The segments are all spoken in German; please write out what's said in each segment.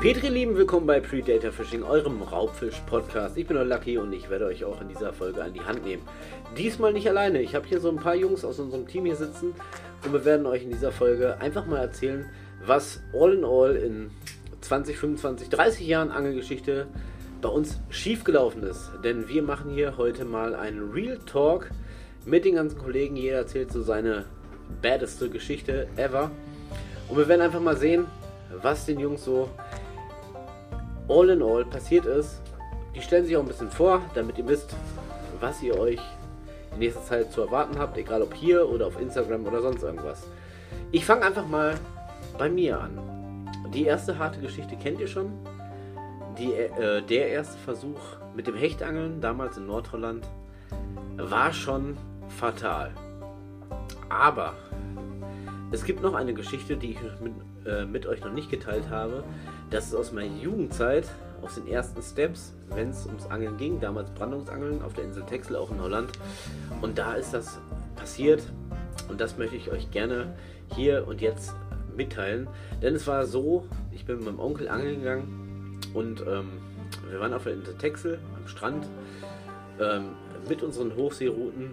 Petri, lieben, willkommen bei Predator Fishing, eurem Raubfisch-Podcast. Ich bin euer Lucky und ich werde euch auch in dieser Folge an die Hand nehmen. Diesmal nicht alleine. Ich habe hier so ein paar Jungs aus unserem Team hier sitzen und wir werden euch in dieser Folge einfach mal erzählen, was all in all in 20, 25, 30 Jahren Angelgeschichte bei uns schiefgelaufen ist. Denn wir machen hier heute mal einen Real Talk mit den ganzen Kollegen. Jeder erzählt so seine baddeste Geschichte ever. Und wir werden einfach mal sehen, was den Jungs so all in all passiert ist. Die stellen sich auch ein bisschen vor, damit ihr wisst, was ihr euch in nächster Zeit zu erwarten habt, egal ob hier oder auf Instagram oder sonst irgendwas. Ich fange einfach mal bei mir an. Die erste harte Geschichte kennt ihr schon. Der erste Versuch mit dem Hechtangeln, damals in Nordholland, war schon fatal. Aber es gibt noch eine Geschichte, die ich mit euch noch nicht geteilt habe. Das ist aus meiner Jugendzeit, aus den ersten Steps, wenn es ums Angeln ging. Damals Brandungsangeln auf der Insel Texel, auch in Holland. Und da ist das passiert. Und das möchte ich euch gerne hier und jetzt mitteilen. Denn es war so, ich bin mit meinem Onkel angeln gegangen. Und wir waren auf der Insel Texel am Strand mit unseren Hochseerouten.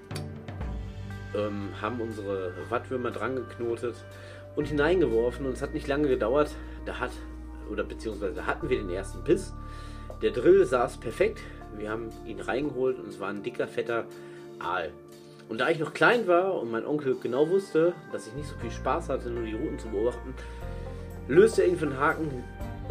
Haben unsere Wattwürmer dran geknotet und hineingeworfen, und es hat nicht lange gedauert, beziehungsweise hatten wir den ersten Biss. Der Drill saß perfekt, wir haben ihn reingeholt und es war ein dicker, fetter Aal. Und da ich noch klein war und mein Onkel genau wusste, dass ich nicht so viel Spaß hatte, nur die Routen zu beobachten, löste er ihn für den Haken,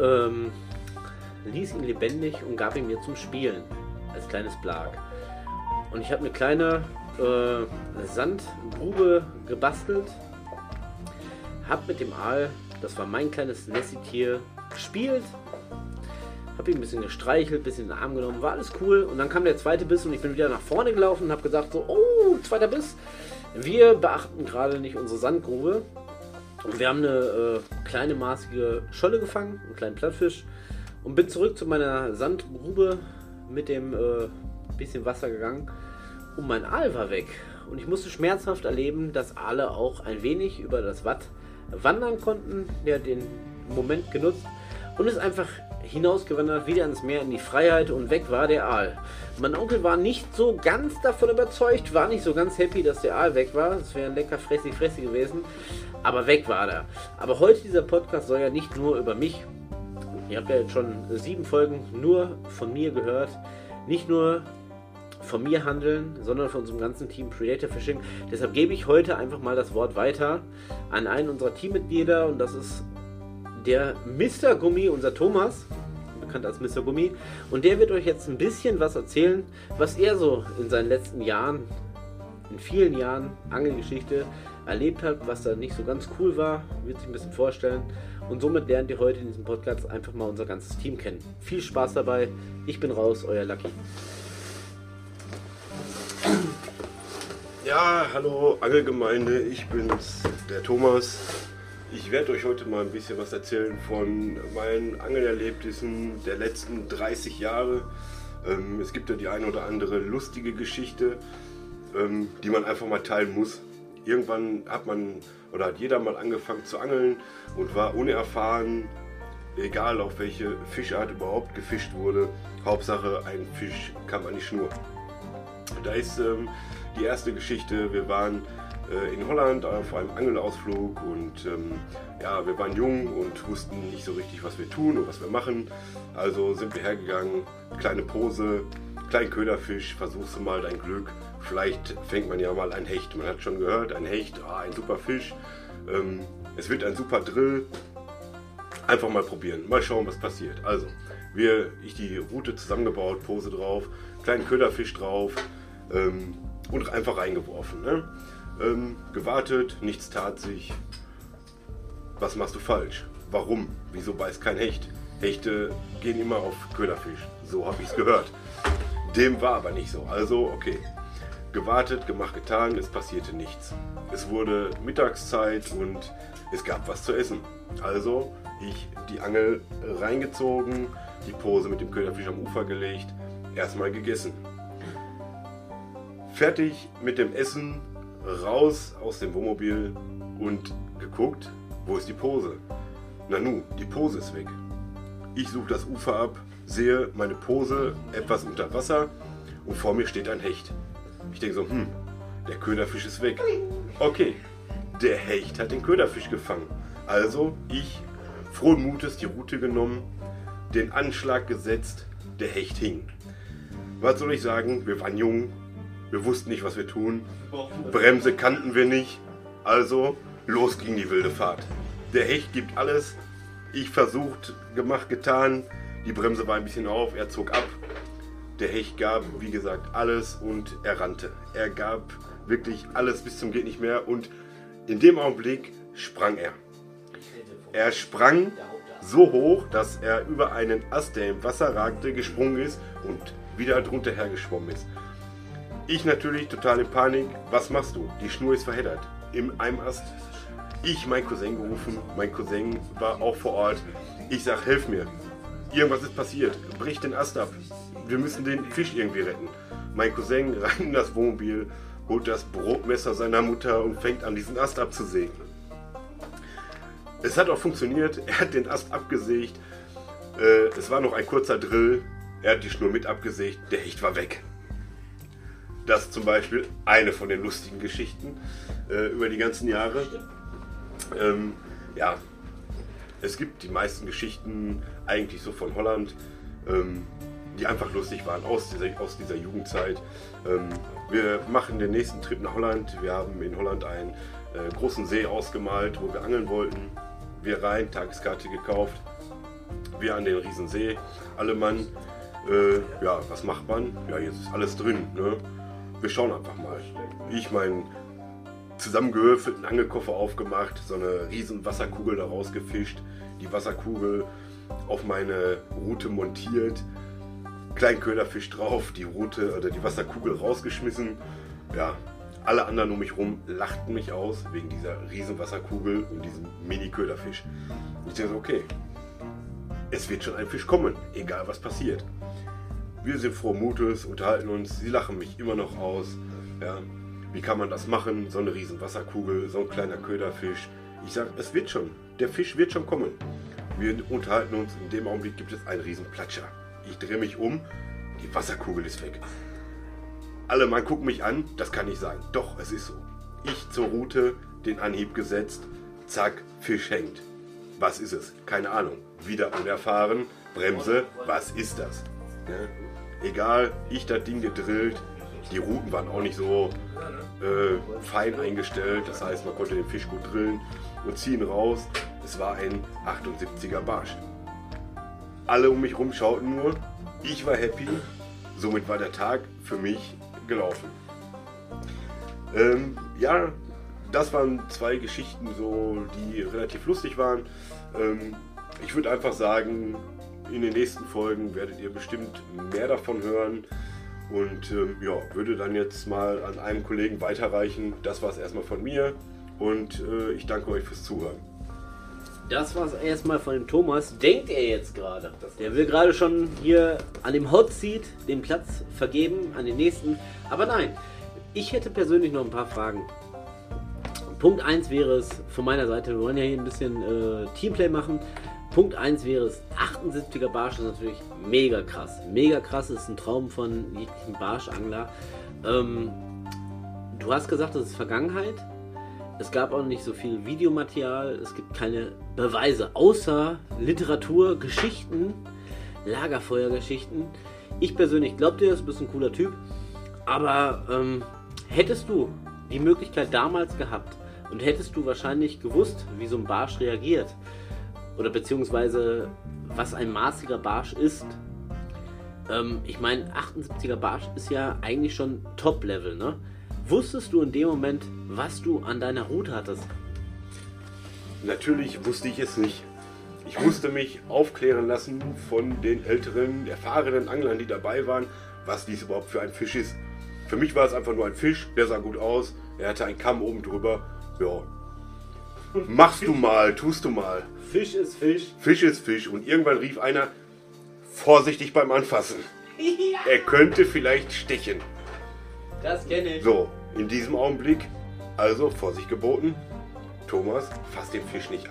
ließ ihn lebendig und gab ihn mir zum Spielen als kleines Blag. Und ich habe eine kleine Sandgrube gebastelt, hab mit dem Aal, das war mein kleines Nessie-Tier, gespielt, hab ihn ein bisschen gestreichelt, ein bisschen in den Arm genommen, war alles cool. Und dann kam der zweite Biss und ich bin wieder nach vorne gelaufen und habe gesagt so, oh, zweiter Biss. Wir beachten gerade nicht unsere Sandgrube und wir haben eine kleine maßige Scholle gefangen, einen kleinen Plattfisch, und bin zurück zu meiner Sandgrube mit dem bisschen Wasser gegangen. Und mein Aal war weg. Und ich musste schmerzhaft erleben, dass Aale auch ein wenig über das Watt wandern konnten. Der hat den Moment genutzt und ist einfach hinausgewandert, wieder ins Meer, in die Freiheit, und weg war der Aal. Mein Onkel war nicht so ganz davon überzeugt, war nicht so ganz happy, dass der Aal weg war. Das wäre ein lecker Fressi gewesen. Aber weg war der. Aber heute, dieser Podcast soll ja nicht nur über mich. Ihr habt ja jetzt schon 7 Folgen nur von mir gehört. Nicht nur von mir handeln, sondern von unserem ganzen Team Predator Fishing. Deshalb gebe ich heute einfach mal das Wort weiter an einen unserer Teammitglieder, und das ist der Mr. Gummi, unser Thomas, bekannt als Mr. Gummi, und der wird euch jetzt ein bisschen was erzählen, was er so in seinen letzten Jahren, in vielen Jahren Angelgeschichte erlebt hat, was da nicht so ganz cool war, wird sich ein bisschen vorstellen, und somit lernt ihr heute in diesem Podcast einfach mal unser ganzes Team kennen. Viel Spaß dabei, ich bin raus, euer Lucky. Ja, hallo Angelgemeinde, ich bin's, der Thomas. Ich werde euch heute mal ein bisschen was erzählen von meinen Angelerlebnissen der letzten 30 Jahre. Es gibt ja die eine oder andere lustige Geschichte, die man einfach mal teilen muss. Irgendwann hat jeder mal angefangen zu angeln und war unerfahren, egal auf welche Fischart überhaupt gefischt wurde. Hauptsache ein Fisch kam an die Schnur. Da ist die erste Geschichte. Wir waren in Holland auf einem Angelausflug und wir waren jung und wussten nicht so richtig, was wir tun und was wir machen. Also sind wir hergegangen, kleine Pose, kleinen Köderfisch, versuchst du mal dein Glück. Vielleicht fängt man ja mal ein Hecht. Man hat schon gehört, ein Hecht, ein super Fisch. Es wird ein super Drill. Einfach mal probieren, mal schauen, was passiert. Also, ich die Route zusammengebaut, Pose drauf, kleinen Köderfisch drauf, und einfach reingeworfen. Ne? Gewartet, nichts tat sich. Was machst du falsch? Warum? Wieso beißt kein Hecht? Hechte gehen immer auf Köderfisch. So habe ich es gehört. Dem war aber nicht so. Also, okay. Gewartet, gemacht, getan, es passierte nichts. Es wurde Mittagszeit und es gab was zu essen. Also, ich die Angel reingezogen, die Pose mit dem Köderfisch am Ufer gelegt, erstmal gegessen. Fertig mit dem Essen, raus aus dem Wohnmobil und geguckt, wo ist die Pose? Nanu, die Pose ist weg. Ich suche das Ufer ab, sehe meine Pose etwas unter Wasser und vor mir steht ein Hecht. Ich denke so, der Köderfisch ist weg. Okay, der Hecht hat den Köderfisch gefangen. Also ich, frohen Mutes, die Rute genommen, den Anschlag gesetzt, der Hecht hing. Was soll ich sagen, wir waren jung, wir wussten nicht, was wir tun, Bremse kannten wir nicht, also los ging die wilde Fahrt. Der Hecht gibt alles, ich versucht, gemacht, getan, die Bremse war ein bisschen auf, er zog ab. Der Hecht gab, wie gesagt, alles und er rannte. Er gab wirklich alles bis zum geht nicht mehr und in dem Augenblick sprang er. Er sprang so hoch, dass er über einen Ast, der im Wasser ragte, gesprungen ist und wieder drunter hergeschwommen ist. Ich natürlich total in Panik. Was machst du? Die Schnur ist verheddert. In einem Ast. Ich meinen Cousin gerufen. Mein Cousin war auch vor Ort. Ich sag, helf mir. Irgendwas ist passiert. Brich den Ast ab. Wir müssen den Fisch irgendwie retten. Mein Cousin rein in das Wohnmobil, holt das Brotmesser seiner Mutter und fängt an, diesen Ast abzusägen. Es hat auch funktioniert. Er hat den Ast abgesägt. Es war noch ein kurzer Drill. Er hat die Schnur mit abgesägt. Der Hecht war weg. Das ist zum Beispiel eine von den lustigen Geschichten über die ganzen Jahre. Ja, es gibt die meisten Geschichten eigentlich so von Holland, die einfach lustig waren aus dieser Jugendzeit. Wir machen den nächsten Trip nach Holland. Wir haben in Holland einen großen See ausgemalt, wo wir angeln wollten. Wir rein, Tageskarte gekauft. Wir an den Riesensee, alle Mann. Ja, was macht man? Ja, jetzt ist alles drin. Ne? Wir schauen einfach mal. Ich meinen zusammengewürfelten Angelkoffer aufgemacht, so eine riesen Wasserkugel da rausgefischt, die Wasserkugel auf meine Rute montiert, kleinen Köderfisch drauf, die Rute oder die Wasserkugel rausgeschmissen. Ja, alle anderen um mich rum lachten mich aus wegen dieser riesen Wasserkugel und diesem Mini-Köderfisch. Ich dachte so, okay, es wird schon ein Fisch kommen, egal was passiert. Wir sind frohen Mutes, unterhalten uns, sie lachen mich immer noch aus. Ja, wie kann man das machen? So eine riesen Wasserkugel, so ein kleiner Köderfisch. Ich sage, es wird schon, der Fisch wird schon kommen. Wir unterhalten uns, in dem Augenblick gibt es einen riesen Platscher. Ich drehe mich um, die Wasserkugel ist weg. Alle Mann gucken mich an, das kann ich sagen. Doch, es ist so. Ich zur Rute, den Anhieb gesetzt, zack, Fisch hängt. Was ist es? Keine Ahnung. Wieder unerfahren, Bremse, was ist das? Ja? Egal, ich das Ding gedrillt. Die Ruten waren auch nicht so fein eingestellt. Das heißt, man konnte den Fisch gut drillen und ziehen raus. Es war ein 78er Barsch. Alle um mich rum schauten nur. Ich war happy. Somit war der Tag für mich gelaufen. Ja, das waren zwei Geschichten, so, die relativ lustig waren. Ich würde einfach sagen, in den nächsten Folgen werdet ihr bestimmt mehr davon hören und ja, würde dann jetzt mal an einen Kollegen weiterreichen. Das war es erstmal von mir und ich danke euch fürs Zuhören. Das war es erstmal von dem Thomas. Denkt er jetzt gerade? Der will gerade schon hier an dem Hot Seat den Platz vergeben an den nächsten. Aber nein, ich hätte persönlich noch ein paar Fragen. Punkt 1 wäre es von meiner Seite, wir wollen ja hier ein bisschen Teamplay machen. Punkt 1 wäre es, 78er Barsch ist natürlich mega krass. Mega krass, ist ein Traum von jeglichen Barschangler. Du hast gesagt, das ist Vergangenheit. Es gab auch nicht so viel Videomaterial. Es gibt keine Beweise, außer Literatur, Geschichten, Lagerfeuergeschichten. Ich persönlich glaube dir, du bist ein cooler Typ. Aber hättest du die Möglichkeit damals gehabt und hättest du wahrscheinlich gewusst, wie so ein Barsch reagiert, oder beziehungsweise was ein maßiger Barsch ist. Ich meine, 78er Barsch ist ja eigentlich schon Top-Level, ne? Wusstest du in dem Moment, was du an deiner Rute hattest? Natürlich wusste ich es nicht. Ich musste mich aufklären lassen von den älteren, erfahrenen Anglern, die dabei waren, was dies überhaupt für ein Fisch ist. Für mich war es einfach nur ein Fisch, der sah gut aus, er hatte einen Kamm oben drüber. Ja, machst du mal, tust du mal. Fisch ist Fisch. Fisch ist Fisch. Und irgendwann rief einer, vorsichtig beim Anfassen. Ja. Er könnte vielleicht stechen. Das kenne ich. So, in diesem Augenblick, also Vorsicht geboten. Thomas, fass den Fisch nicht an.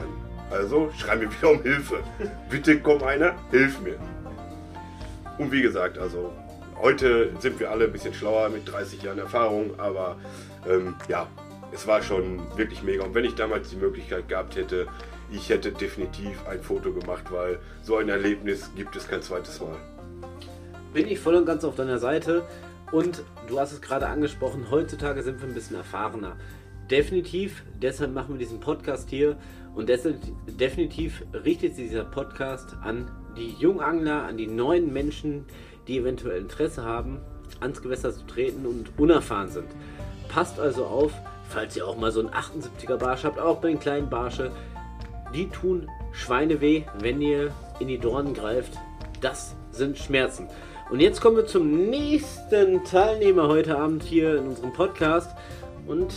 Also schreien wir wieder um Hilfe. Bitte komm einer, hilf mir. Und wie gesagt, also heute sind wir alle ein bisschen schlauer mit 30 Jahren Erfahrung, aber ja, es war schon wirklich mega. Und wenn ich damals die Möglichkeit gehabt hätte, ich hätte definitiv ein Foto gemacht, weil so ein Erlebnis gibt es kein zweites Mal. Bin ich voll und ganz auf deiner Seite. Und du hast es gerade angesprochen, heutzutage sind wir ein bisschen erfahrener. Definitiv, deshalb machen wir diesen Podcast hier. Und deshalb, definitiv richtet sich dieser Podcast an die Jungangler, an die neuen Menschen, die eventuell Interesse haben, ans Gewässer zu treten und unerfahren sind. Passt also auf, falls ihr auch mal so einen 78er Barsch habt, auch bei den kleinen Barsche. Die tun Schweineweh, wenn ihr in die Dornen greift. Das sind Schmerzen. Und jetzt kommen wir zum nächsten Teilnehmer heute Abend hier in unserem Podcast. Und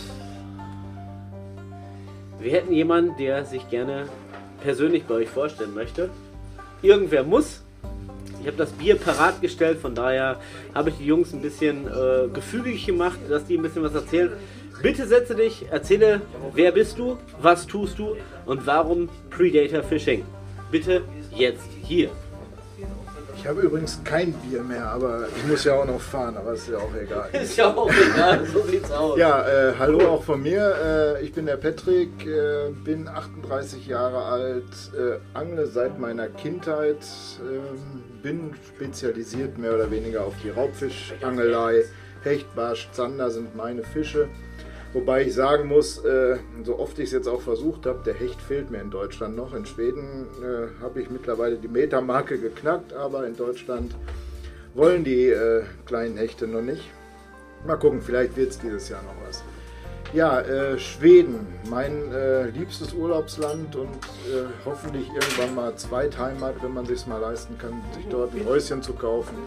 wir hätten jemanden, der sich gerne persönlich bei euch vorstellen möchte. Irgendwer muss. Ich habe das Bier parat gestellt, von daher habe ich die Jungs ein bisschen gefügig gemacht, dass die ein bisschen was erzählen. Bitte setze dich, erzähle, wer bist du, was tust du und warum Predator Fishing. Bitte jetzt hier. Ich habe übrigens kein Bier mehr, aber ich muss ja auch noch fahren, aber ist ja auch egal. Ist ja auch egal, so sieht's aus. Ja, hallo auch von mir. Ich bin der Patrick, bin 38 Jahre alt, angle seit meiner Kindheit, bin spezialisiert mehr oder weniger auf die Raubfischangelei. Hecht, Barsch, Zander sind meine Fische. Wobei ich sagen muss, so oft ich es jetzt auch versucht habe, der Hecht fehlt mir in Deutschland noch. In Schweden habe ich mittlerweile die Metermarke geknackt, aber in Deutschland wollen die kleinen Hechte noch nicht. Mal gucken, vielleicht wird es dieses Jahr noch was. Ja, Schweden, mein liebstes Urlaubsland und hoffentlich irgendwann mal Zweitheimat, wenn man sich mal leisten kann, sich dort ein Häuschen zu kaufen.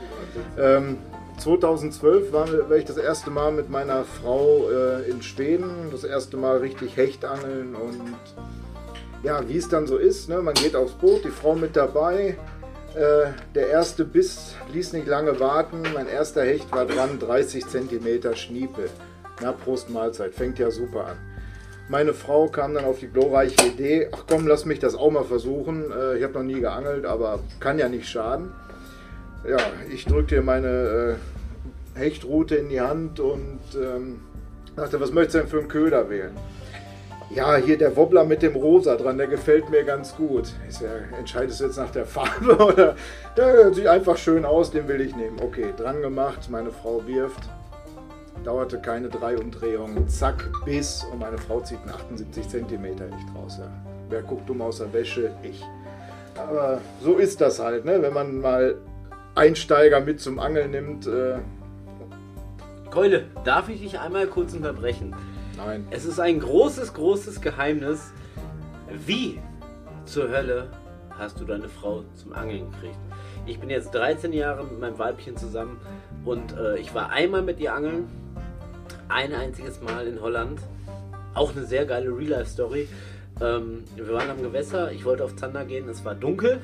2012 war ich das erste Mal mit meiner Frau in Schweden, das erste Mal richtig Hecht angeln und ja, wie es dann so ist, ne? Man geht aufs Boot, die Frau mit dabei, der erste Biss ließ nicht lange warten, mein erster Hecht war dran, 30 cm Schniepe, na Prost Mahlzeit, fängt ja super an. Meine Frau kam dann auf die glorreiche Idee, ach komm, lass mich das auch mal versuchen, ich habe noch nie geangelt, aber kann ja nicht schaden. Ja, ich drückte ihr meine Hechtrute in die Hand und dachte, was möchtest du denn für einen Köder wählen? Ja, hier der Wobbler mit dem Rosa dran, der gefällt mir ganz gut. Entscheidest du jetzt nach der Farbe oder? Der sieht einfach schön aus, den will ich nehmen. Okay, dran gemacht, meine Frau wirft. Dauerte keine 3 Umdrehungen, zack, Biss und meine Frau zieht einen 78 cm Hecht raus. Ja. Wer guckt dumm aus der Wäsche? Ich. Aber so ist das halt, ne? Wenn man mal Einsteiger mit zum Angeln nimmt. Keule, darf ich dich einmal kurz unterbrechen? Nein. Es ist ein großes, großes Geheimnis. Wie zur Hölle hast du deine Frau zum Angeln gekriegt? Ich bin jetzt 13 Jahre mit meinem Weibchen zusammen und ich war einmal mit ihr angeln. Ein einziges Mal in Holland. Auch eine sehr geile Real-Life-Story. Wir waren am Gewässer, ich wollte auf Zander gehen, es war dunkel.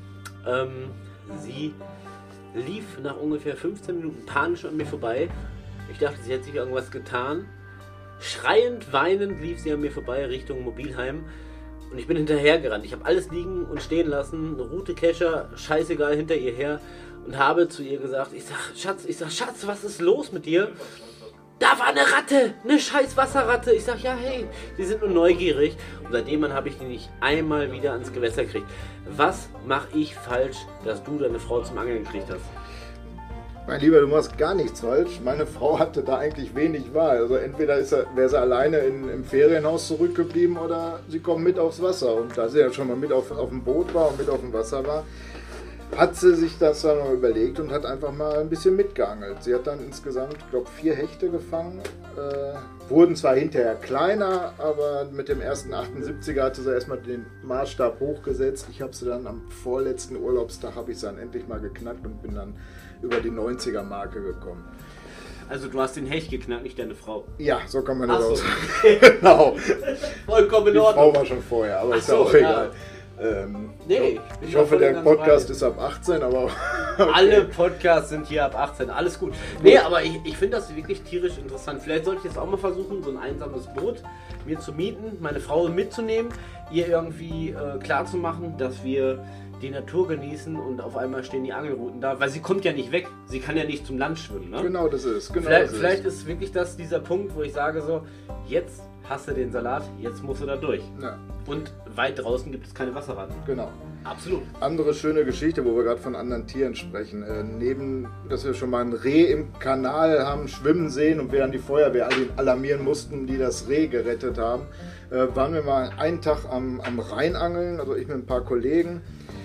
Sie lief nach ungefähr 15 Minuten panisch an mir vorbei. Ich dachte, sie hätte sich irgendwas getan. Schreiend, weinend lief sie an mir vorbei Richtung Mobilheim. Und ich bin hinterhergerannt. Ich habe alles liegen und stehen lassen. Rute, Kescher, scheißegal, hinter ihr her. Und habe zu ihr gesagt, ich sag, Schatz, was ist los mit dir? Da war eine Ratte, eine scheiß Wasserratte. Ich sag, ja, hey, die sind nur neugierig. Und seitdem habe ich die nicht einmal wieder ans Gewässer gekriegt. Was mache ich falsch, dass du deine Frau zum Angeln gekriegt hast? Mein Lieber, du machst gar nichts falsch. Meine Frau hatte da eigentlich wenig Wahl. Also entweder wäre sie alleine im Ferienhaus zurückgeblieben oder sie kommt mit aufs Wasser. Und da sie ja schon mal mit auf dem Boot war und mit auf dem Wasser war, hat sie sich das dann mal überlegt und hat einfach mal ein bisschen mitgeangelt. Sie hat dann insgesamt, ich glaube, 4 Hechte gefangen. Wurden zwar hinterher kleiner, aber mit dem ersten 78er hatte sie erstmal den Maßstab hochgesetzt. Ich habe sie dann am vorletzten Urlaubstag, habe ich sie dann endlich mal geknackt und bin dann über die 90er Marke gekommen. Also du hast den Hecht geknackt, nicht deine Frau? Ja, so kann man das so. auch sagen. Genau. Vollkommen in Die Ordnung. Frau war schon vorher, aber ist ja auch egal. Nee, ich hoffe, der Podcast ist ab 18, aber... Okay. Alle Podcasts sind hier ab 18, alles gut. Nee, aber ich finde das wirklich tierisch interessant. Vielleicht sollte ich jetzt auch mal versuchen, so ein einsames Boot mir zu mieten, meine Frau mitzunehmen, ihr irgendwie klar zu machen, dass wir die Natur genießen und auf einmal stehen die Angelrouten da, weil sie kommt ja nicht weg. Sie kann ja nicht zum Land schwimmen. Ne? Genau, das ist. Genau vielleicht ist wirklich das dieser Punkt, wo ich sage so, jetzt hast du den Salat, jetzt musst du da durch. Ja. Und weit draußen gibt es keine Wasserratten. Genau. Absolut. Andere schöne Geschichte, wo wir gerade von anderen Tieren sprechen. Neben, dass wir schon mal ein Reh im Kanal haben schwimmen sehen und wir dann die Feuerwehr alarmieren mussten, die das Reh gerettet haben, waren wir mal einen Tag am Rheinangeln, also ich mit ein paar Kollegen.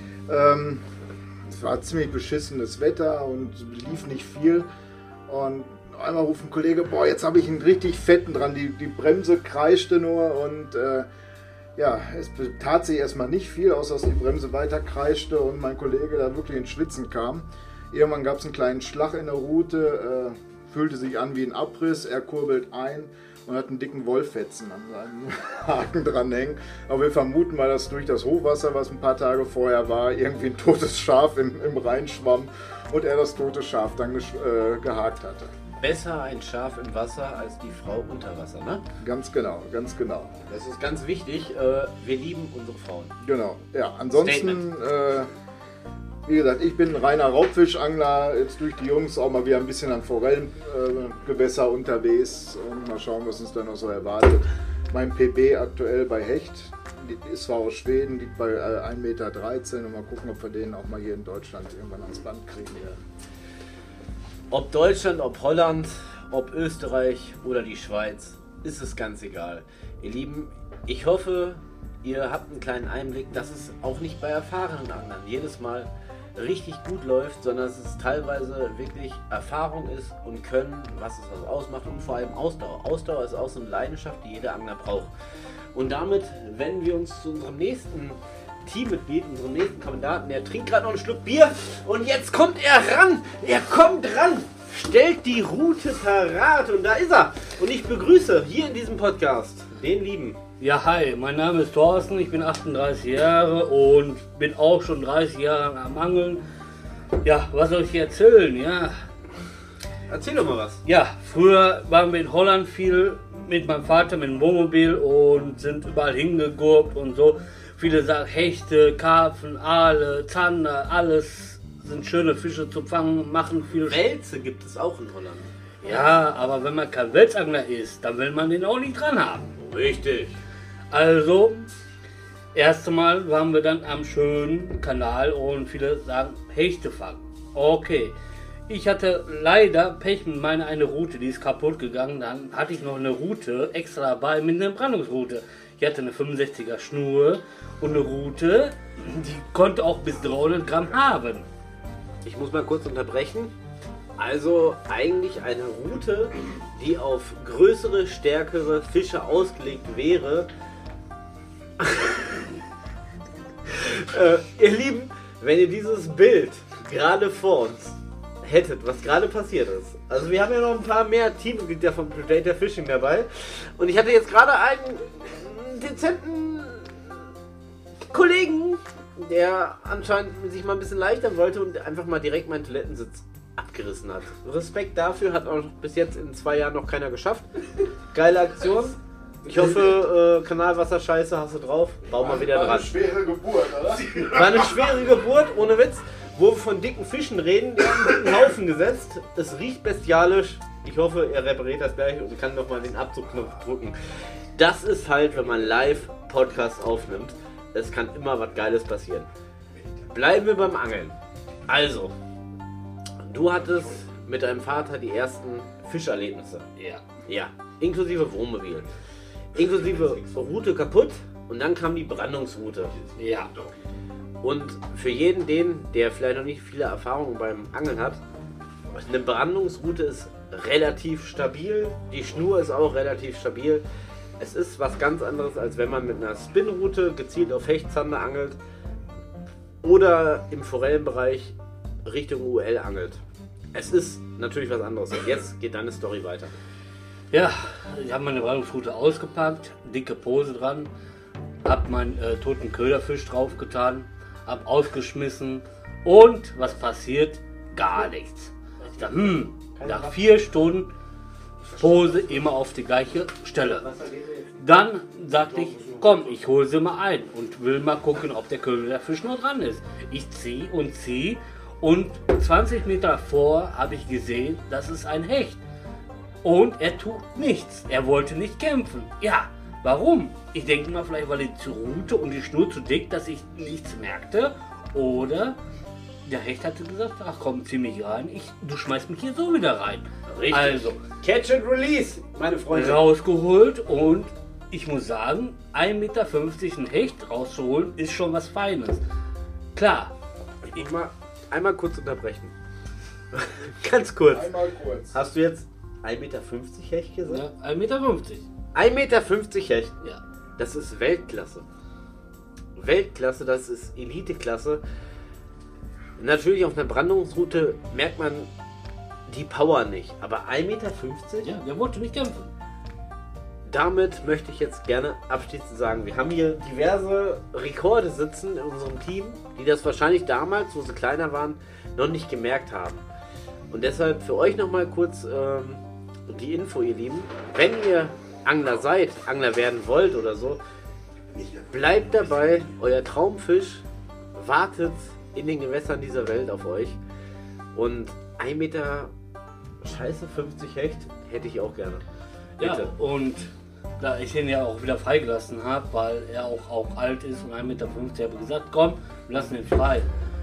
Es war ziemlich beschissenes Wetter und lief nicht viel. Und einmal ruft ein Kollege, boah, jetzt habe ich einen richtig fetten dran. Die Bremse kreischte nur und ja, es tat sich erstmal nicht viel, außer dass die Bremse weiter kreischte und mein Kollege da wirklich ins Schwitzen kam. Irgendwann gab es einen kleinen Schlag in der Route, fühlte sich an wie ein Abriss, er kurbelt ein und hat einen dicken Wollfetzen an seinem Haken dranhängen. Aber wir vermuten mal, dass durch das Hochwasser, was ein paar Tage vorher war, irgendwie ein totes Schaf im Rhein schwamm und er das tote Schaf dann gehakt hatte. Besser ein Schaf im Wasser als die Frau unter Wasser, ne? Ganz genau, ganz genau. Das ist ganz wichtig. Wir lieben unsere Frauen. Genau, ja. Ansonsten, wie gesagt, ich bin ein reiner Raubfischangler. Jetzt durch die Jungs auch mal wieder ein bisschen an Forellengewässer unterwegs und mal schauen, was uns da noch so erwartet. Mein PB aktuell bei Hecht, ist zwar aus Schweden, liegt bei 1,13 Meter und mal gucken, ob wir den auch mal hier in Deutschland irgendwann ans Band kriegen werden. Ob Deutschland, ob Holland, ob Österreich oder die Schweiz, ist es ganz egal. Ihr Lieben, ich hoffe, ihr habt einen kleinen Einblick, dass es auch nicht bei erfahrenen Anglern jedes Mal richtig gut läuft, sondern dass es teilweise wirklich Erfahrung ist und Können, was es also ausmacht und vor allem Ausdauer. Ausdauer ist auch so eine Leidenschaft, die jeder Angler braucht. Und damit wenden wir uns zu unserem nächsten Teammitglied, unserem nächsten Kandidaten. Der trinkt gerade noch einen Schluck Bier und jetzt kommt er ran. Er kommt ran, stellt die Route parat und da ist er. Und ich begrüße hier in diesem Podcast den Lieben. Ja, hi, mein Name ist Thorsten, ich bin 38 Jahre und bin auch schon 30 Jahre am Angeln. Ja, was soll ich hier erzählen? Ja, Erzähl doch mal was. ja, früher waren wir in Holland viel mit meinem Vater mit dem Wohnmobil und sind überall hingegurkt und so. Viele sagen Hechte, Karpfen, Aale, Zander, alles sind schöne Fische zu fangen, machen viel Wälze gibt es auch in Holland. Ja, aber wenn man kein Welsangler ist, dann will man den auch nicht dran haben. Richtig. Also, erste Mal waren wir dann am schönen Kanal und viele sagen Hechte fangen. Okay, ich hatte leider Pech mit meiner eine Route, die ist kaputt gegangen. Dann hatte ich noch eine Route extra dabei mit einer Brandungsroute. Ich hatte eine 65er Schnur und eine Route, die konnte auch bis 300 Gramm haben. Ich muss mal kurz unterbrechen. Also eigentlich eine Route, die auf größere, stärkere Fische ausgelegt wäre. Ihr Lieben, wenn ihr dieses Bild gerade vor uns hättet, was gerade passiert ist. Also wir haben ja noch ein paar mehr Teammitglieder von Predator Fishing dabei. Und ich hatte jetzt gerade einen dezenten Kollegen, der anscheinend sich mal ein bisschen leichter wollte und einfach mal direkt meinen Toilettensitz abgerissen hat. Respekt dafür, hat auch bis jetzt in 2 Jahren noch keiner geschafft. Geile Aktion. Ich hoffe, Kanalwasserscheiße hast du drauf. Bau mal wieder dran. War eine schwere Geburt, oder? War eine schwere Geburt, ohne Witz. Wo wir von dicken Fischen reden, der hat einen dicken Haufen gesetzt. Es riecht bestialisch. Ich hoffe, er repariert das gleich und kann nochmal den Abzugknopf drücken. Das ist halt, wenn man live Podcast aufnimmt. Es kann immer was Geiles passieren. Bleiben wir beim Angeln. Also, du hattest mit deinem Vater die ersten Fischerlebnisse. Ja. Ja, inklusive Wohnmobil. Inklusive Route kaputt und dann kam die Brandungsroute. Ja. Und für jeden, der vielleicht noch nicht viele Erfahrungen beim Angeln hat, eine Brandungsroute ist relativ stabil. Die Schnur ist auch relativ stabil. Es ist was ganz anderes, als wenn man mit einer Spinroute gezielt auf Hechtzander angelt oder im Forellenbereich Richtung UL angelt. Es ist natürlich was anderes. Und jetzt geht deine Story weiter. Ja, ich habe meine Brandungsroute ausgepackt, dicke Pose dran hab meinen toten Köderfisch draufgetan, hab ausgeschmissen und was passiert? Gar nichts. Ich dachte, nach 4 Stunden Pose immer auf die gleiche Stelle. Dann sagte ich, komm, ich hole sie mal ein und will mal gucken, ob der Köderfisch noch dran ist. Ich ziehe und 20 Meter vor habe ich gesehen, das ist ein Hecht. Und er tut nichts. Er wollte nicht kämpfen. Ja, warum? Ich denke mal, vielleicht war die Rute und die Schnur zu dick, dass ich nichts merkte. Oder der Hecht hatte gesagt, ach komm, zieh mich rein. Du schmeißt mich hier so wieder rein. Richtig. Also, Catch and Release, meine Freunde. rausgeholt und ich muss sagen, 1,50 Meter ein Hecht rauszuholen, ist schon was Feines. Klar. Einmal kurz unterbrechen. Ganz kurz. Einmal kurz. Hast du jetzt 1,50 Meter Hecht gesagt? Ja, 1,50 Meter. 1,50 Meter Hecht. Ja. Das ist Weltklasse. Weltklasse, das ist Eliteklasse. Natürlich auf einer Brandungsroute merkt man die Power nicht. Aber 1,50 Meter? Ja, der wollte nicht kämpfen. Damit möchte ich jetzt gerne abschließend sagen, wir haben hier diverse Rekorde sitzen in unserem Team, die das wahrscheinlich damals, wo sie kleiner waren, noch nicht gemerkt haben. Und deshalb für euch nochmal kurz die Info, ihr Lieben. Wenn ihr Angler seid, Angler werden wollt oder so, bleibt dabei, euer Traumfisch wartet in den Gewässern dieser Welt auf euch. Und 1 Meter Scheiße 50 Hecht hätte ich auch gerne. Ja, Bitte. und da ich ihn ja auch wieder freigelassen habe, weil er auch alt ist und 1,50 Meter, habe ich gesagt, komm, wir lassen ihn frei.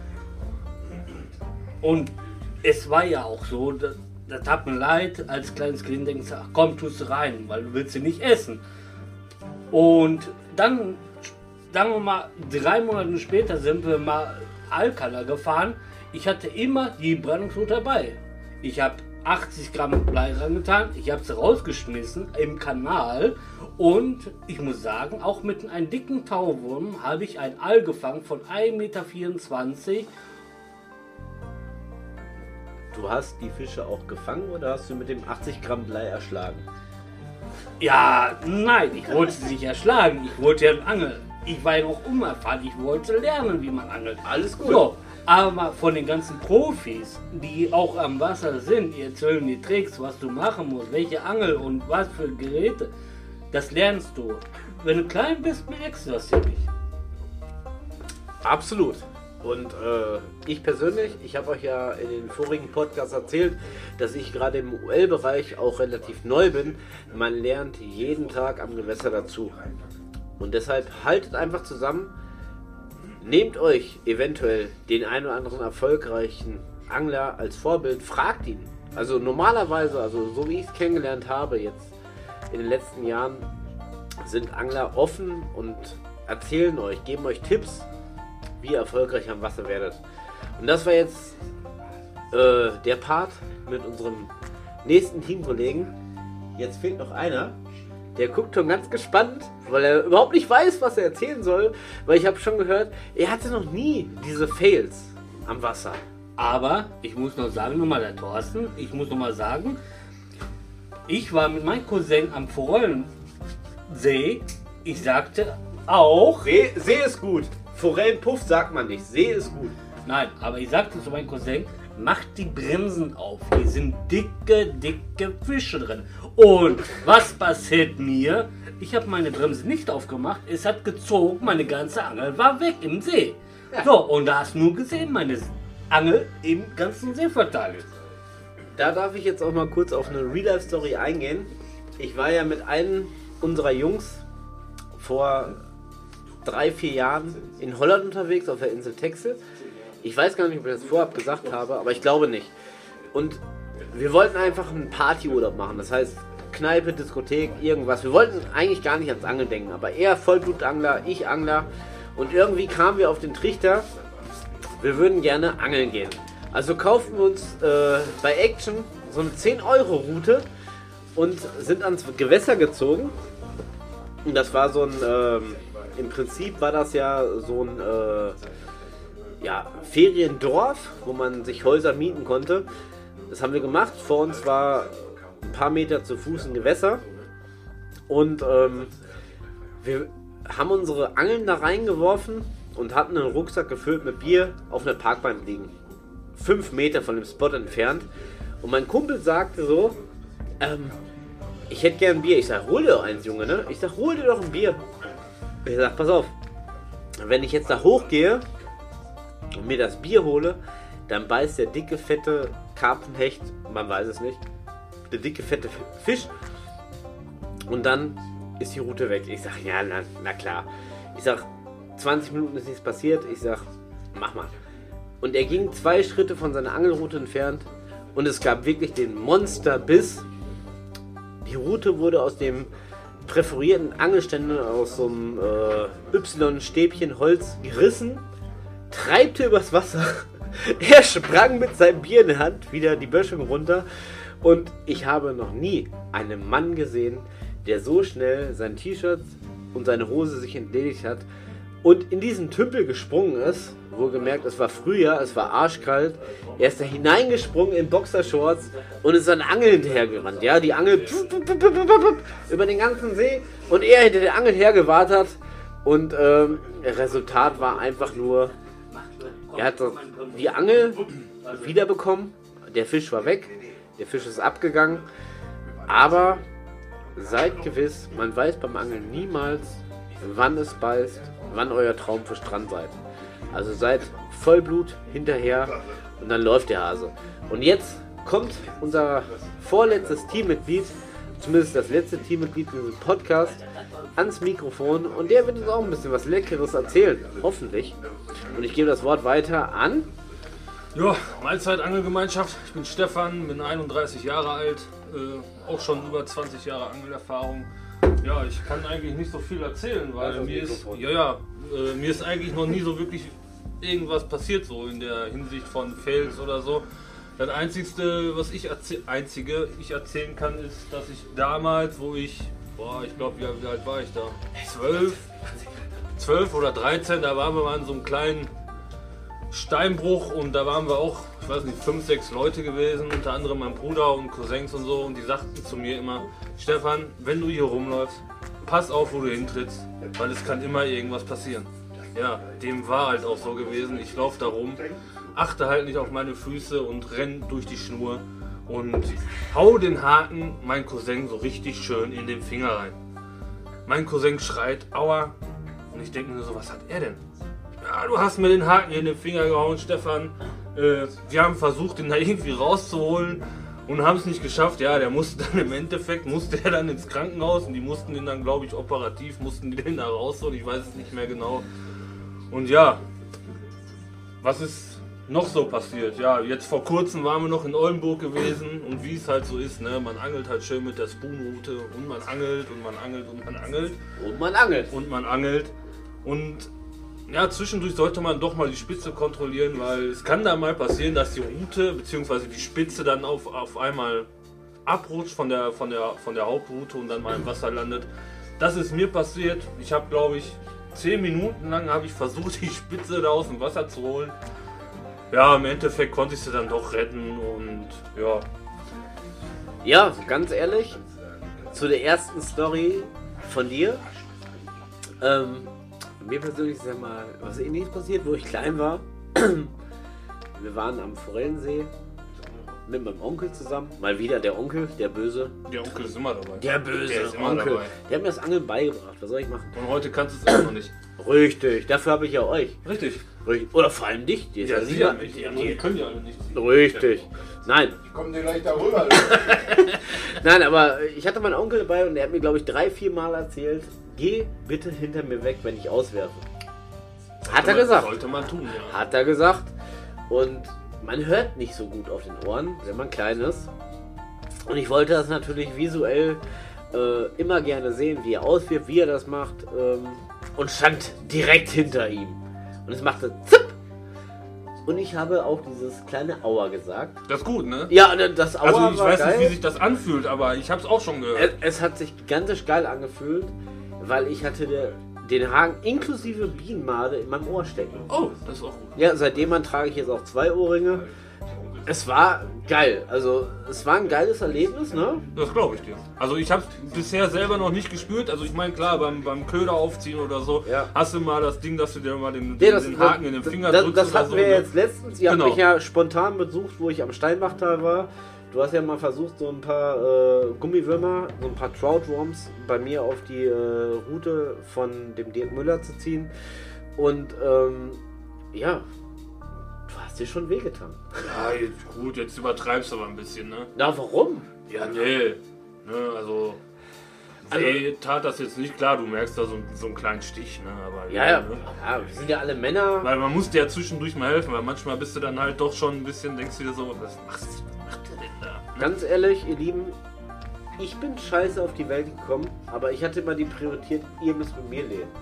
Und es war ja auch so, das tat mir leid, als kleines Kind denkst du, ach komm, tust du rein, weil du willst sie nicht essen. Und dann, sagen wir mal, 3 Monate später sind wir mal Alcala gefahren. Ich hatte immer die Brandungsrute dabei. Ich habe 80 Gramm Blei rangetan, ich habe sie rausgeschmissen im Kanal und ich muss sagen, auch mit einem dicken Tauwurm habe ich ein Aal gefangen von 1,24 Meter. Du hast die Fische auch gefangen oder hast du mit dem 80 Gramm Blei erschlagen? Ja, nein, ich wollte sie nicht erschlagen, ich wollte ja angeln. Ich war ja noch unerfahren, ich wollte lernen, wie man angelt. Alles gut. So, aber von den ganzen Profis, die auch am Wasser sind, die erzählen die Tricks, was du machen musst, welche Angel und was für Geräte, das lernst du. Wenn du klein bist, merkst du das ja nicht. Absolut. Und ich persönlich, ich habe euch ja in den vorigen Podcasts erzählt, dass ich gerade im UL-Bereich auch relativ neu bin. Man lernt jeden Tag am Gewässer dazu. Und deshalb haltet einfach zusammen, nehmt euch eventuell den einen oder anderen erfolgreichen Angler als Vorbild, fragt ihn. Also normalerweise, also so wie ich es kennengelernt habe jetzt in den letzten Jahren, sind Angler offen und erzählen euch, geben euch Tipps, wie ihr erfolgreich am Wasser werdet. Und das war jetzt der Part mit unserem nächsten Teamkollegen. Jetzt fehlt noch einer. Der guckt schon ganz gespannt, weil er überhaupt nicht weiß, was er erzählen soll. Weil ich habe schon gehört, er hatte noch nie diese Fails am Wasser. Aber ich muss noch sagen, nochmal der Thorsten, ich muss noch mal sagen, ich war mit meinem Cousin am Forellensee. Ich sagte auch... See ist gut. Forellenpuff sagt man nicht. See ist gut. Nein, aber ich sagte zu meinem Cousin, macht die Bremsen auf. Hier sind dicke Fische drin. Und was passiert mir? Ich habe meine Bremse nicht aufgemacht. Es hat gezogen, meine ganze Angel war weg im See. Ja. So, und da hast du nur gesehen, meine Angel im ganzen See verteilt ist. Da darf ich jetzt auch mal kurz auf eine Real-Life-Story eingehen. Ich war ja mit einem unserer Jungs vor 3-4 Jahren in Holland unterwegs auf der Insel Texel. Ich weiß gar nicht, ob ich das vorab gesagt habe, aber ich glaube nicht. Und wir wollten einfach einen Partyurlaub machen. Das heißt, Kneipe, Diskothek, irgendwas. Wir wollten eigentlich gar nicht ans Angeln denken, aber er Vollblutangler, ich Angler. Und irgendwie kamen wir auf den Trichter, wir würden gerne angeln gehen. Also kauften wir uns bei Action so eine 10-Euro-Route und sind ans Gewässer gezogen. Und das war so ein, im Prinzip war das ja so ein Feriendorf, wo man sich Häuser mieten konnte. Das haben wir gemacht. Vor uns war ein paar Meter zu Fuß ein Gewässer. Und wir haben unsere Angeln da reingeworfen und hatten einen Rucksack gefüllt mit Bier auf einer Parkbank liegen. 5 Meter von dem Spot entfernt. Und mein Kumpel sagte so, ich hätte gern ein Bier. Ich sag, hol dir doch eins, Junge, ne? Ich sag, hol dir doch ein Bier. Ich sag, pass auf, wenn ich jetzt da hochgehe und mir das Bier hole, dann beißt der dicke, fette Karpfenhecht, man weiß es nicht, der dicke, fette Fisch und dann ist die Route weg. Ich sag, ja, na klar. Ich sag, 20 Minuten ist nichts passiert. Ich sag, mach mal. Und er ging 2 Schritte von seiner Angelroute entfernt und es gab wirklich den Monsterbiss. Die Route wurde aus dem präferierten Angelständer aus so einem Y-Stäbchen Holz gerissen, treibte übers Wasser. Er sprang mit seinem Bier in der Hand wieder die Böschung runter und ich habe noch nie einen Mann gesehen, der so schnell sein T-Shirt und seine Hose sich entledigt hat und in diesen Tümpel gesprungen ist. Wohlgemerkt, es war Frühjahr, es war arschkalt. Er ist da hineingesprungen in Boxershorts und ist an Angel hinterhergerannt. Ja, die Angel über den ganzen See und er hinter der Angel hergewartet und Resultat war einfach nur, er hat die Angel wiederbekommen, der Fisch war weg, der Fisch ist abgegangen, aber seid gewiss, man weiß beim Angeln niemals, wann es beißt, wann euer Traumfisch dran seid. Also seid Vollblut hinterher und dann läuft der Hase. Und jetzt kommt unser vorletztes Teammitglied, zumindest das letzte Teammitglied in diesem Podcast, ans Mikrofon und der wird uns auch ein bisschen was Leckeres erzählen, hoffentlich. Und ich gebe das Wort weiter an... Ja, Mahlzeit-Angelgemeinschaft. Ich bin Stefan, bin 31 Jahre alt, auch schon über 20 Jahre Angelerfahrung. Ja, ich kann eigentlich nicht so viel erzählen, weil mir ist eigentlich noch nie so wirklich irgendwas passiert, so in der Hinsicht von Fails oder so. Das Einzige, was ich erzählen kann, ist, dass ich damals, wo ich glaube, wie alt war ich da? 12 oder 13, da waren wir mal in so einem kleinen Steinbruch und da waren wir auch, ich weiß nicht, 5, 6 Leute gewesen, unter anderem mein Bruder und Cousins und so, und die sagten zu mir immer, Stefan, wenn du hier rumläufst, pass auf, wo du hintrittst, weil es kann immer irgendwas passieren. Ja, dem war halt auch so gewesen, ich laufe da rum, achte halt nicht auf meine Füße und renn durch die Schnur und hau den Haken mein Cousin so richtig schön in den Finger rein. Mein Cousin schreit, aua, und ich denke mir so, was hat er denn? Ja, du hast mir den Haken in den Finger gehauen, Stefan. Wir haben versucht, den da irgendwie rauszuholen und haben es nicht geschafft. Ja, der musste dann im Endeffekt, dann ins Krankenhaus und die mussten den dann, glaube ich, operativ, den da rausholen. Ich weiß es nicht mehr genau. Und ja, was ist noch so passiert? Ja, jetzt vor kurzem waren wir noch in Oldenburg gewesen und wie es halt so ist, ne, man angelt halt schön mit der Spoonroute und man angelt und man angelt und man angelt. Und man angelt. Und man angelt. Und ja, zwischendurch sollte man doch mal die Spitze kontrollieren, weil es kann da mal passieren, dass die Route bzw. die Spitze dann auf einmal abrutscht von der Hauptroute und dann mal im Wasser landet. Das ist mir passiert. Ich habe, glaube ich, 10 Minuten lang versucht, die Spitze da aus dem Wasser zu holen. Ja, im Endeffekt konnte ich sie dann doch retten und ja. Ja, ganz ehrlich, zu der ersten Story von dir. Mir persönlich ist ja mal was Ähnliches passiert, wo ich klein war. Wir waren am Forellensee mit meinem Onkel zusammen. Mal wieder der Onkel, der Böse. Der Onkel ist immer dabei. Der böse der ist immer Onkel. dabei. Der hat mir das Angeln beigebracht. Was soll ich machen? Und heute kannst du es immer noch nicht. Richtig, dafür habe ich ja euch. Richtig. Oder vor allem dich. Die können ja alle nicht. Richtig. Nein. Ich komme dir gleich darüber. Nein, aber ich hatte meinen Onkel dabei und er hat mir, glaube ich, 3-4 Mal erzählt, geh bitte hinter mir weg, wenn ich auswerfe. Hat er gesagt. Sollte man tun, ja. Hat er gesagt. Und man hört nicht so gut auf den Ohren, wenn man klein ist. Und ich wollte das natürlich visuell immer gerne sehen, wie er auswirft, wie er das macht. Und stand direkt hinter ihm. Und es machte zipp. Und ich habe auch dieses kleine Aua gesagt. Das ist gut, ne? Ja, das Aua also ich war weiß geil. nicht, wie sich das anfühlt, aber ich habe es auch schon gehört. Es hat sich gigantisch geil angefühlt, weil ich hatte den Haken inklusive Bienenmade in meinem Ohr stecken. Oh, das ist auch gut. Ja, seitdem trage ich jetzt auch 2 Ohrringe. Es war geil. Also, es war ein geiles Erlebnis, ne? Das glaube ich dir. Also ich habe es bisher selber noch nicht gespürt. Also ich meine, klar, beim Köder aufziehen oder so, Ja. hast du mal das Ding, dass du dir mal den Nee, Haken in den Finger drückst das oder hatten so. wir ne? jetzt letztens. Ihr habt Genau. mich ja spontan besucht, wo ich am Steinbachtal war. Du hast ja mal versucht, so ein paar Gummiwürmer, so ein paar Troutworms bei mir auf die Route von dem Dirk Müller zu ziehen. Und ja, du hast dir schon wehgetan. Ja, jetzt übertreibst du aber ein bisschen, ne? Na, warum? Ja, nee. Ne, also weh tat das jetzt nicht. Klar, du merkst da so einen kleinen Stich, ne? Aber Ja, ne? ja, wir sind ja alle Männer. Weil man muss dir ja zwischendurch mal helfen, weil manchmal bist du dann halt doch schon ein bisschen, denkst du dir so, was macht der denn da? Ne? Ganz ehrlich, ihr Lieben, ich bin scheiße auf die Welt gekommen, aber ich hatte immer die Priorität, ihr müsst mit mir leben.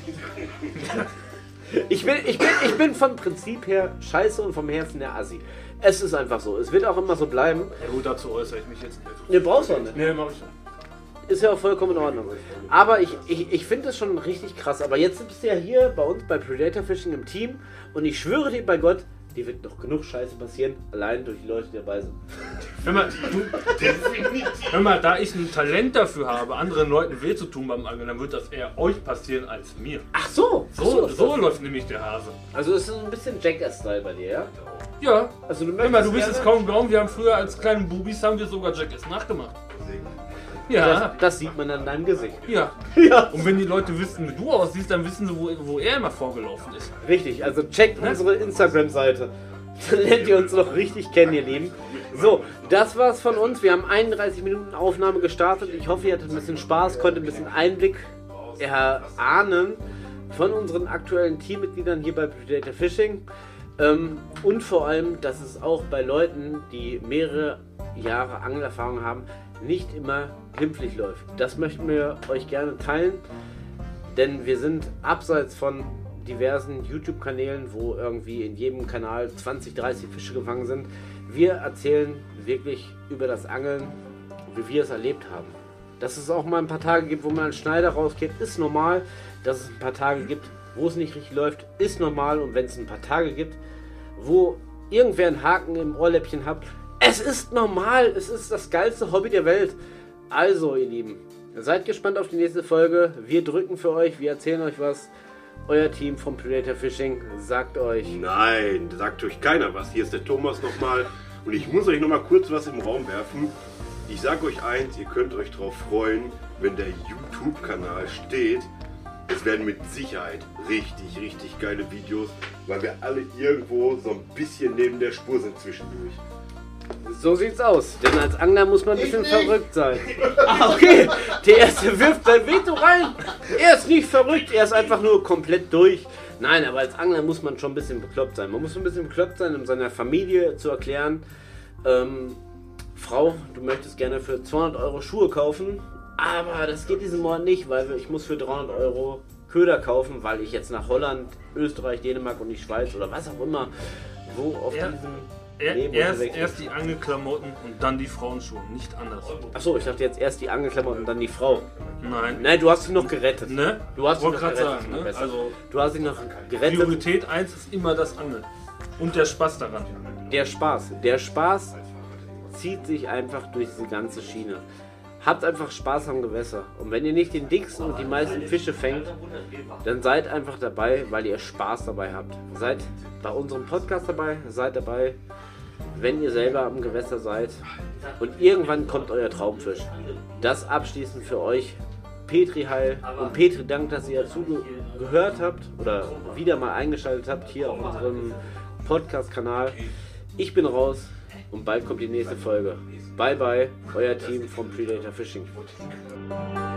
Ich bin vom Prinzip her scheiße und vom Herzen der Assi. Es ist einfach so. Es wird auch immer so bleiben. Ja gut, dazu äußere ich mich jetzt nicht. Ne, brauchst du auch nicht. Nee, mach ich nicht. Ist ja auch vollkommen in Ordnung. Aber ich finde es schon richtig krass. Aber jetzt bist du ja hier bei uns bei Predator Fishing im Team und ich schwöre dir bei Gott, dir wird noch genug Scheiße passieren, allein durch die Leute, die dabei sind. Hör mal, da ich ein Talent dafür habe, anderen Leuten weh zu tun beim Angeln, dann wird das eher euch passieren als mir. Ach so! So läuft nämlich der Hase. Also es ist ein bisschen Jackass-Style bei dir, ja? Ja. Also du Hör mal, du möchtest wirst es gerne- kaum glauben, wir haben früher als kleine Bubis haben wir sogar Jackass nachgemacht. Das, Ja. das sieht man an deinem Gesicht. Ja. Ja. Und wenn die Leute wissen, wie du aussiehst, dann wissen sie, wo er immer vorgelaufen ist. Richtig, also checkt unsere Instagram-Seite. Dann lernt ihr uns noch richtig kennen, ihr Lieben. So, das war's von uns. Wir haben 31 Minuten Aufnahme gestartet. Ich hoffe, ihr hattet ein bisschen Spaß, konntet ein bisschen Einblick erahnen von unseren aktuellen Teammitgliedern hier bei Predator Fishing. Und vor allem, dass es auch bei Leuten, die mehrere Jahre Angelerfahrung haben, nicht immer glimpflich läuft. Das möchten wir euch gerne teilen, denn wir sind abseits von diversen YouTube-Kanälen, wo irgendwie in jedem Kanal 20, 30 Fische gefangen sind. Wir erzählen wirklich über das Angeln, wie wir es erlebt haben. Dass es auch mal ein paar Tage gibt, wo man einen Schneider rausgeht, ist normal. Dass es ein paar Tage gibt, wo es nicht richtig läuft, ist normal. Und wenn es ein paar Tage gibt, wo irgendwer einen Haken im Ohrläppchen hat, es ist normal. Es ist das geilste Hobby der Welt. Also, ihr Lieben, seid gespannt auf die nächste Folge. Wir drücken für euch, wir erzählen euch was. Euer Team vom Predator Fishing sagt euch... Nein, sagt euch keiner was. Hier ist der Thomas nochmal. Und ich muss euch nochmal kurz was im Raum werfen. Ich sage euch eins, ihr könnt euch darauf freuen, wenn der YouTube-Kanal steht. Es werden mit Sicherheit richtig, richtig geile Videos, weil wir alle irgendwo so ein bisschen neben der Spur sind zwischendurch. So sieht's aus, denn als Angler muss man ein bisschen verrückt sein. Ah, okay, der Erste wirft sein Veto rein. Er ist nicht verrückt, er ist einfach nur komplett durch. Nein, aber als Angler muss man schon ein bisschen bekloppt sein. Man muss ein bisschen bekloppt sein, um seiner Familie zu erklären, Frau, du möchtest gerne für 200 Euro Schuhe kaufen, aber das geht diesen Monat nicht, weil ich muss für 300 Euro Köder kaufen, weil ich jetzt nach Holland, Österreich, Dänemark und die Schweiz oder was auch immer, wo auf Ja. diesem Leben unterwegs Erst die Angelklamotten und dann die Frauenschuhe, nicht anders. Achso, ich dachte jetzt erst die Angelklamotten und dann die Frau. Nein. Nein, du hast sie noch gerettet. Ne? Du hast sie Wollte noch gerade gerettet. sagen, ne? Besser. Also Du hast sie noch gerettet. Priorität 1 ist immer das Angeln. Und der Spaß daran. Der Spaß. Der Spaß zieht sich einfach durch diese ganze Schiene. Habt einfach Spaß am Gewässer. Und wenn ihr nicht den dicksten und die meisten Fische fängt, dann seid einfach dabei, weil ihr Spaß dabei habt. Seid bei unserem Podcast dabei, seid dabei, wenn ihr selber am Gewässer seid. Und irgendwann kommt euer Traumfisch. Das abschließend für euch. Petri Heil und Petri, dank, dass ihr zugehört habt oder wieder mal eingeschaltet habt hier auf unserem Podcast-Kanal. Ich bin raus und bald kommt die nächste Folge. Bye bye, euer Team vom Predator Fishing.